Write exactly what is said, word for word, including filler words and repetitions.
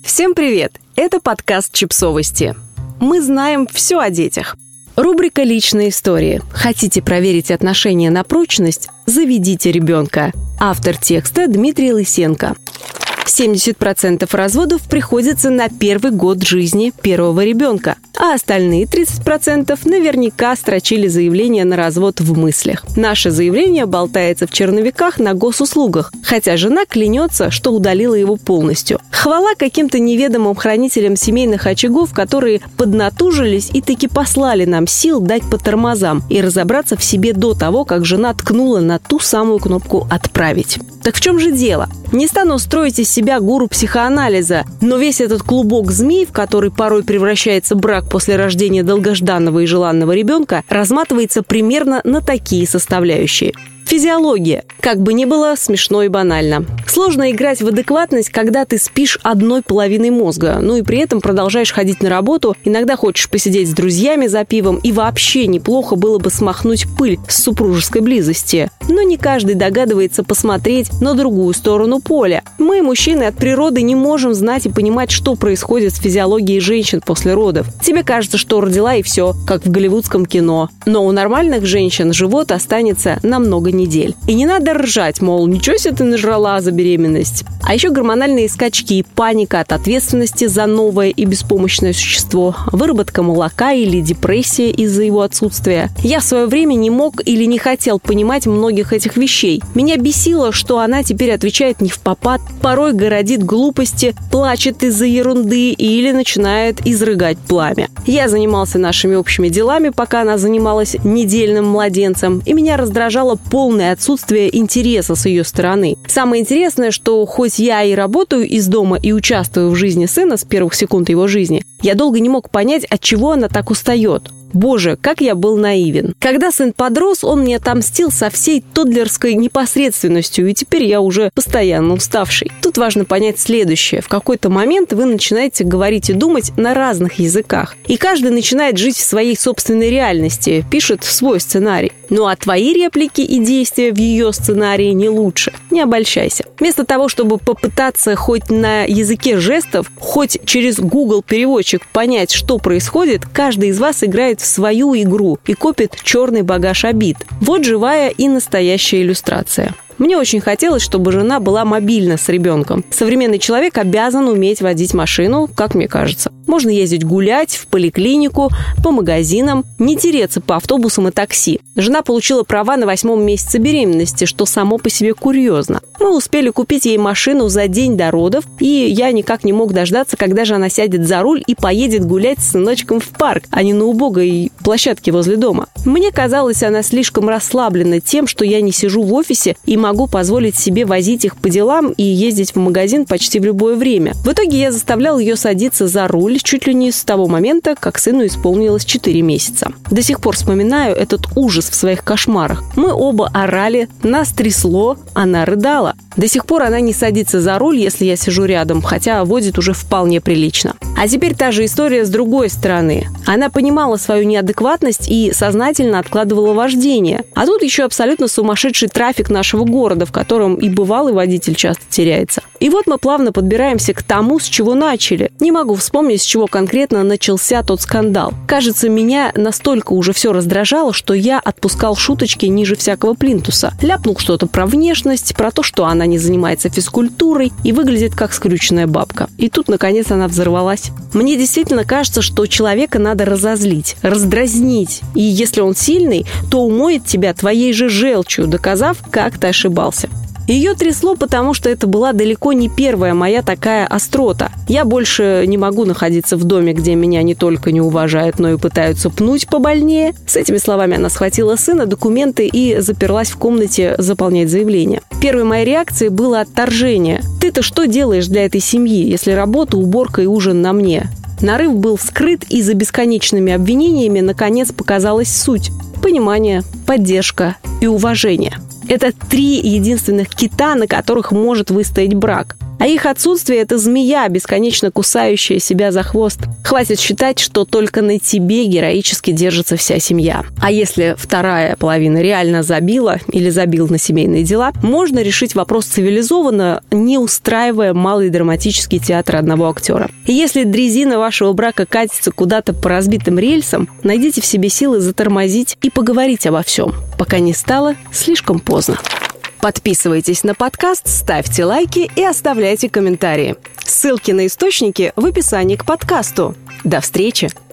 Всем привет! Это подкаст «Чипсовости». Мы знаем все о детях. Рубрика «Личные истории». Хотите проверить отношения на прочность? Заведите ребенка. Автор текста Дмитрий Лысенко. семьдесят процентов разводов приходится на первый год жизни первого ребенка, а остальные тридцать процентов наверняка строчили заявление на развод в мыслях. Наше заявление болтается в черновиках на госуслугах, хотя жена клянется, что удалила его полностью. Хвала каким-то неведомым хранителям семейных очагов, которые поднатужились и таки послали нам сил дать по тормозам и разобраться в себе до того, как жена ткнула на ту самую кнопку «Отправить». Так в чем же дело? Не стану строить из себя гуру психоанализа, но весь этот клубок змей, в который порой превращается брак после рождения долгожданного и желанного ребенка, разматывается примерно на такие составляющие. Физиология. Как бы ни было смешно и банально. Сложно играть в адекватность, когда ты спишь одной половиной мозга, ну и при этом продолжаешь ходить на работу, иногда хочешь посидеть с друзьями за пивом, и вообще неплохо было бы смахнуть пыль с супружеской близости. Но не каждый догадывается посмотреть на другую сторону поля. Мы, мужчины, от природы не можем знать и понимать, что происходит с физиологией женщин после родов. Тебе кажется, что родила и все, как в голливудском кино. Но у нормальных женщин живот останется на много недель. И не надо ржать, мол, ничего себе ты нажрала за беременность. А еще гормональные скачки, паника от ответственности за новое и беспомощное существо, выработка молока или депрессия из-за его отсутствия. Я в свое время не мог или не хотел понимать многих этих вещей. Меня бесило, что она теперь отвечает не впопад, порой городит глупости, плачет из-за ерунды или начинает изрыгать пламя. Я занимался нашими общими делами, пока она занималась недельным младенцем, и меня раздражало полное отсутствие интереса с ее стороны. Самое интересное, что хоть я и работаю из дома и участвую в жизни сына с первых секунд его жизни, я долго не мог понять, от чего она так устает. Боже, как я был наивен. Когда сын подрос, он мне отомстил со всей тоддлерской непосредственностью, и теперь я уже постоянно уставший. Тут важно понять следующее. В какой-то момент вы начинаете говорить и думать на разных языках. И каждый начинает жить в своей собственной реальности, пишет свой сценарий. Ну а твои реплики и действия в ее сценарии не лучше. Не обольщайся. Вместо того, чтобы попытаться хоть на языке жестов, хоть через Google переводчик понять, что происходит, каждый из вас играет в свою игру и копит черный багаж обид. Вот живая и настоящая иллюстрация. Мне очень хотелось, чтобы жена была мобильна с ребенком. Современный человек обязан уметь водить машину, как мне кажется. Можно ездить гулять, в поликлинику, по магазинам, не тереться по автобусам и такси. Жена получила права на восьмом месяце беременности, что само по себе курьезно. Мы успели купить ей машину за день до родов, и я никак не мог дождаться, когда же она сядет за руль и поедет гулять с сыночком в парк, а не на убогой площадке возле дома. Мне казалось, она слишком расслаблена тем, что я не сижу в офисе и могу позволить себе возить их по делам и ездить в магазин почти в любое время. В итоге я заставлял ее садиться за руль чуть ли не с того момента, как сыну исполнилось четыре месяца. До сих пор вспоминаю этот ужас в своих кошмарах. Мы оба орали, нас трясло, она рыдала. До сих пор она не садится за руль, если я сижу рядом, хотя водит уже вполне прилично. А теперь та же история с другой стороны. Она понимала свою неадекватность и сознательно откладывала вождение. А тут еще абсолютно сумасшедший трафик нашего города, в котором и бывалый водитель часто теряется. И вот мы плавно подбираемся к тому, с чего начали. Не могу вспомнить, с чего конкретно начался тот скандал. Кажется, меня настолько уже все раздражало, что я отпускал шуточки ниже всякого плинтуса. Ляпнул что-то про внешность, про то, что она не занимается физкультурой и выглядит как скрюченная бабка. И тут, наконец, она взорвалась. Мне действительно кажется, что человека надо разозлить, раздразнить. И если он сильный, то умоет тебя твоей же желчью, доказав, как ты ошибался. Ее трясло, потому что это была далеко не первая моя такая острота. Я больше не могу находиться в доме, где меня не только не уважают, но и пытаются пнуть побольнее. С этими словами она схватила сына, документы и заперлась в комнате заполнять заявление. Первой моей реакцией было отторжение. Ты-то что делаешь для этой семьи, если работа, уборка и ужин на мне? Нарыв был вскрыт, и за бесконечными обвинениями наконец показалась суть. Понимание, поддержка и уважение. Это три единственных кита, на которых может выстоять брак. А их отсутствие – это змея, бесконечно кусающая себя за хвост. Хватит считать, что только на тебе героически держится вся семья. А если вторая половина реально забила или забил на семейные дела, можно решить вопрос цивилизованно, не устраивая малый драматический театр одного актера. И если дрезина вашего брака катится куда-то по разбитым рельсам, найдите в себе силы затормозить и поговорить обо всем, пока не стало слишком поздно. Подписывайтесь на подкаст, ставьте лайки и оставляйте комментарии. Ссылки на источники в описании к подкасту. До встречи!